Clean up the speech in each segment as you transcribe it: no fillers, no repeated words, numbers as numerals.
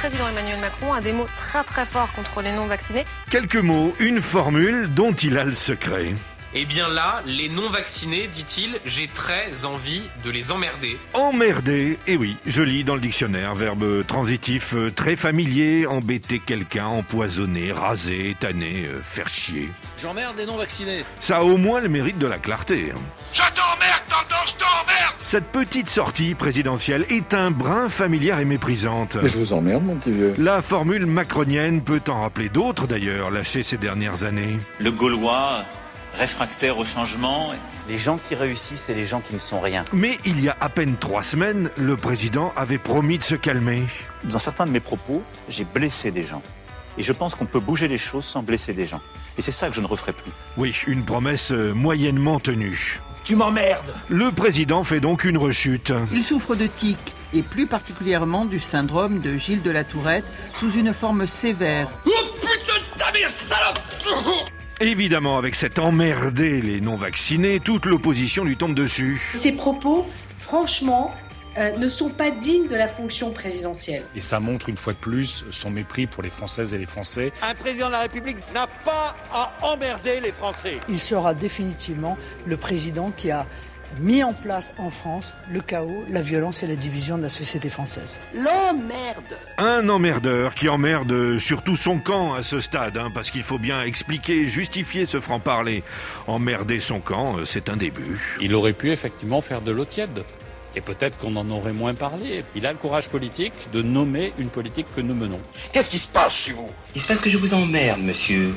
président Emmanuel Macron a des mots très très forts contre les non-vaccinés. Quelques mots, une formule dont il a le secret. Eh bien là, les non-vaccinés, dit-il, j'ai très envie de les emmerder. Emmerder, eh oui, je lis dans le dictionnaire, verbe transitif très familier, embêter quelqu'un, empoisonner, raser, tanner, faire chier. J'emmerde les non-vaccinés. Ça a au moins le mérite de la clarté. Je t'emmerde, tonton, je t'emmerde. Cette petite sortie présidentielle est un brin familière et méprisante. Mais je vous emmerde, mon petit vieux. La formule macronienne peut en rappeler d'autres d'ailleurs, lâchées ces dernières années. Le Gaulois, réfractaire au changement. Les gens qui réussissent et les gens qui ne sont rien. Mais il y a à peine 3 semaines, le président avait promis de se calmer. Dans certains de mes propos, j'ai blessé des gens. Et je pense qu'on peut bouger les choses sans blesser des gens. Et c'est ça que je ne referai plus. Oui, une promesse moyennement tenue. Tu m'emmerdes. Le président fait donc une rechute. Il souffre de tic, et plus particulièrement du syndrome de Gilles de la Tourette, sous une forme sévère. Oh putain de ta mère, salope. Évidemment, avec cet emmerder les non-vaccinés, toute l'opposition lui tombe dessus. Ces propos, franchement, ne sont pas dignes de la fonction présidentielle. Et ça montre une fois de plus son mépris pour les Françaises et les Français. Un président de la République n'a pas à emmerder les Français. Il sera définitivement le président qui a mis en place en France le chaos, la violence et la division de la société française. L'emmerde. Un emmerdeur qui emmerde surtout son camp à ce stade, parce qu'il faut bien expliquer, justifier ce franc-parler. Emmerder son camp, c'est un début. Il aurait pu effectivement faire de l'eau tiède. Et peut-être qu'on en aurait moins parlé. Il a le courage politique de nommer une politique que nous menons. Qu'est-ce qui se passe chez vous? Il se passe que je vous emmerde, monsieur.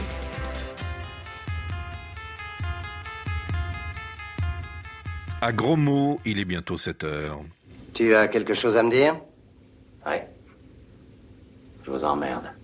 À gros mots, il est bientôt 7 heures. Tu as quelque chose à me dire? Oui. Je vous emmerde.